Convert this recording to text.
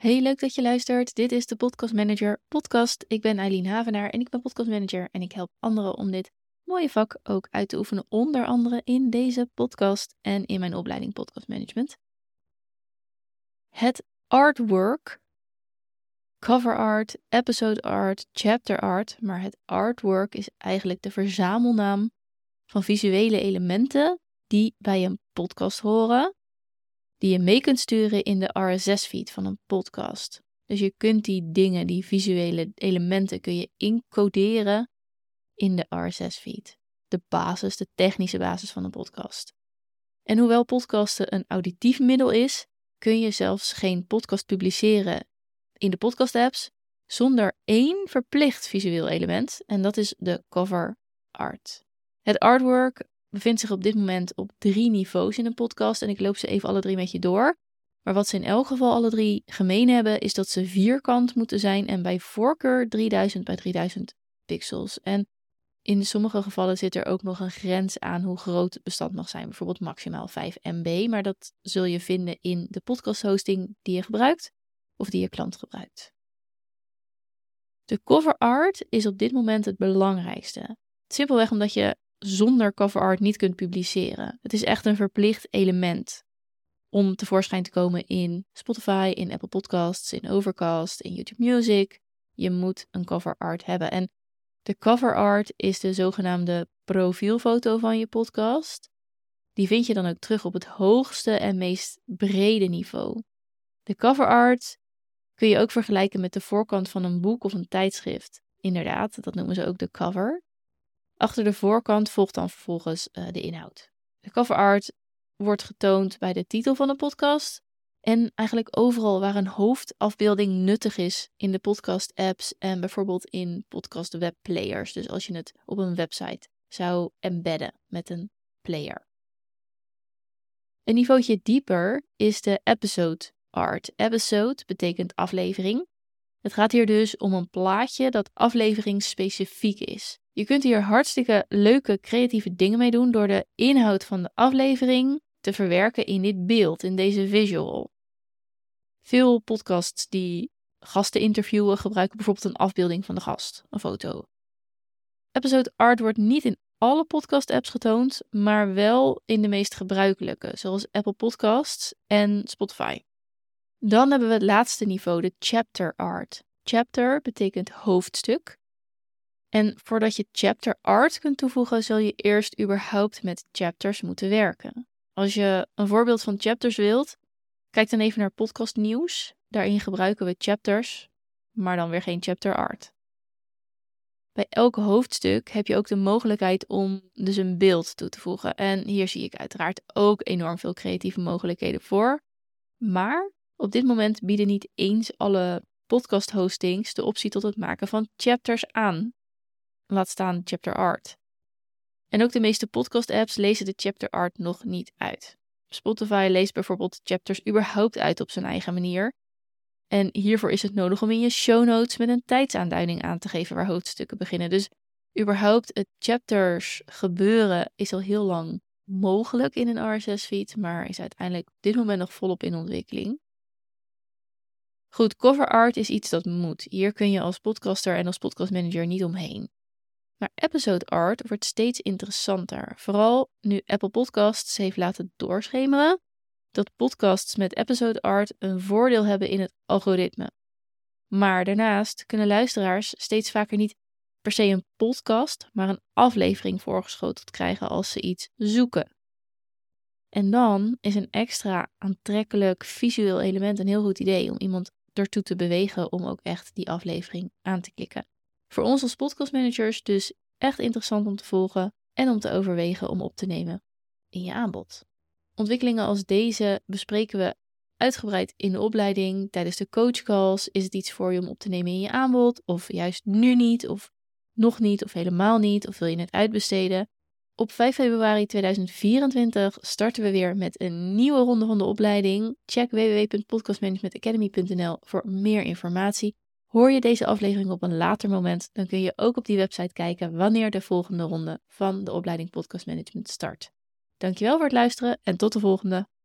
Hey, leuk dat je luistert. Dit is de Podcast Manager podcast. Ik ben Eileen Havenaar en ik ben Podcast Manager en ik help anderen om dit mooie vak ook uit te oefenen, onder andere in deze podcast en in mijn opleiding Podcast Management. Het artwork, cover art, episode art, chapter art, maar het artwork is eigenlijk de verzamelnaam van visuele elementen die bij een podcast horen, die je mee kunt sturen in de RSS-feed van een podcast. Dus je kunt die dingen, die visuele elementen, kun je incoderen in de RSS-feed. De basis, de technische basis van een podcast. En hoewel podcasten een auditief middel is, kun je zelfs geen podcast publiceren in de podcast-apps zonder één verplicht visueel element. En dat is de cover art. Het artwork bevindt zich op dit moment op 3 niveaus in een podcast en ik loop ze even alle 3 met je door. Maar wat ze in elk geval alle 3 gemeen hebben, is dat ze vierkant moeten zijn en bij voorkeur 3000 bij 3000 pixels. En in sommige gevallen zit er ook nog een grens aan hoe groot het bestand mag zijn. Bijvoorbeeld maximaal 5 MB, maar dat zul je vinden in de podcast hosting die je gebruikt of die je klant gebruikt. De cover art is op dit moment het belangrijkste. Simpelweg omdat je zonder cover art niet kunt publiceren. Het is echt een verplicht element om tevoorschijn te komen in Spotify, in Apple Podcasts, in Overcast, in YouTube Music. Je moet een cover art hebben. En de cover art is de zogenaamde profielfoto van je podcast. Die vind je dan ook terug op het hoogste en meest brede niveau. De cover art kun je ook vergelijken met de voorkant van een boek of een tijdschrift. Inderdaad, dat noemen ze ook de cover. Achter de voorkant volgt dan vervolgens de inhoud. De cover art wordt getoond bij de titel van de podcast en eigenlijk overal waar een hoofdafbeelding nuttig is in de podcast apps en bijvoorbeeld in podcast webplayers. Dus als je het op een website zou embedden met een player. Een niveautje dieper is de episode art. Episode betekent aflevering. Het gaat hier dus om een plaatje dat afleveringsspecifiek is. Je kunt hier hartstikke leuke creatieve dingen mee doen door de inhoud van de aflevering te verwerken in dit beeld, in deze visual. Veel podcasts die gasten interviewen gebruiken bijvoorbeeld een afbeelding van de gast, een foto. Episode art wordt niet in alle podcast apps getoond, maar wel in de meest gebruikelijke, zoals Apple Podcasts en Spotify. Dan hebben we het laatste niveau, de chapter art. Chapter betekent hoofdstuk. En voordat je chapter art kunt toevoegen, zul je eerst überhaupt met chapters moeten werken. Als je een voorbeeld van chapters wilt, kijk dan even naar podcast nieuws. Daarin gebruiken we chapters, maar dan weer geen chapter art. Bij elk hoofdstuk heb je ook de mogelijkheid om dus een beeld toe te voegen. En hier zie ik uiteraard ook enorm veel creatieve mogelijkheden voor. Maar op dit moment bieden niet eens alle podcast hostings de optie tot het maken van chapters aan. Laat staan chapter art. En ook de meeste podcast apps lezen de chapter art nog niet uit. Spotify leest bijvoorbeeld chapters überhaupt uit op zijn eigen manier. En hiervoor is het nodig om in je show notes met een tijdsaanduiding aan te geven waar hoofdstukken beginnen. Dus überhaupt het chapters gebeuren is al heel lang mogelijk in een RSS-feed, maar is uiteindelijk op dit moment nog volop in ontwikkeling. Goed, cover art is iets dat moet. Hier kun je als podcaster en als podcastmanager niet omheen. Maar episode art wordt steeds interessanter. Vooral nu Apple Podcasts heeft laten doorschemeren dat podcasts met episode art een voordeel hebben in het algoritme. Maar daarnaast kunnen luisteraars steeds vaker niet per se een podcast, maar een aflevering voorgeschoteld krijgen als ze iets zoeken. En dan is een extra aantrekkelijk visueel element een heel goed idee om iemand ertoe te bewegen om ook echt die aflevering aan te klikken. Voor ons als podcastmanagers dus echt interessant om te volgen en om te overwegen om op te nemen in je aanbod. Ontwikkelingen als deze bespreken we uitgebreid in de opleiding. Tijdens de coachcalls is het iets voor je om op te nemen in je aanbod, of juist nu niet, of nog niet, of helemaal niet, of wil je het uitbesteden. Op 5 februari 2024 starten we weer met een nieuwe ronde van de opleiding. Check www.podcastmanagementacademy.nl voor meer informatie. Hoor je deze aflevering op een later moment, dan kun je ook op die website kijken wanneer de volgende ronde van de opleiding Podcast Management start. Dankjewel voor het luisteren en tot de volgende.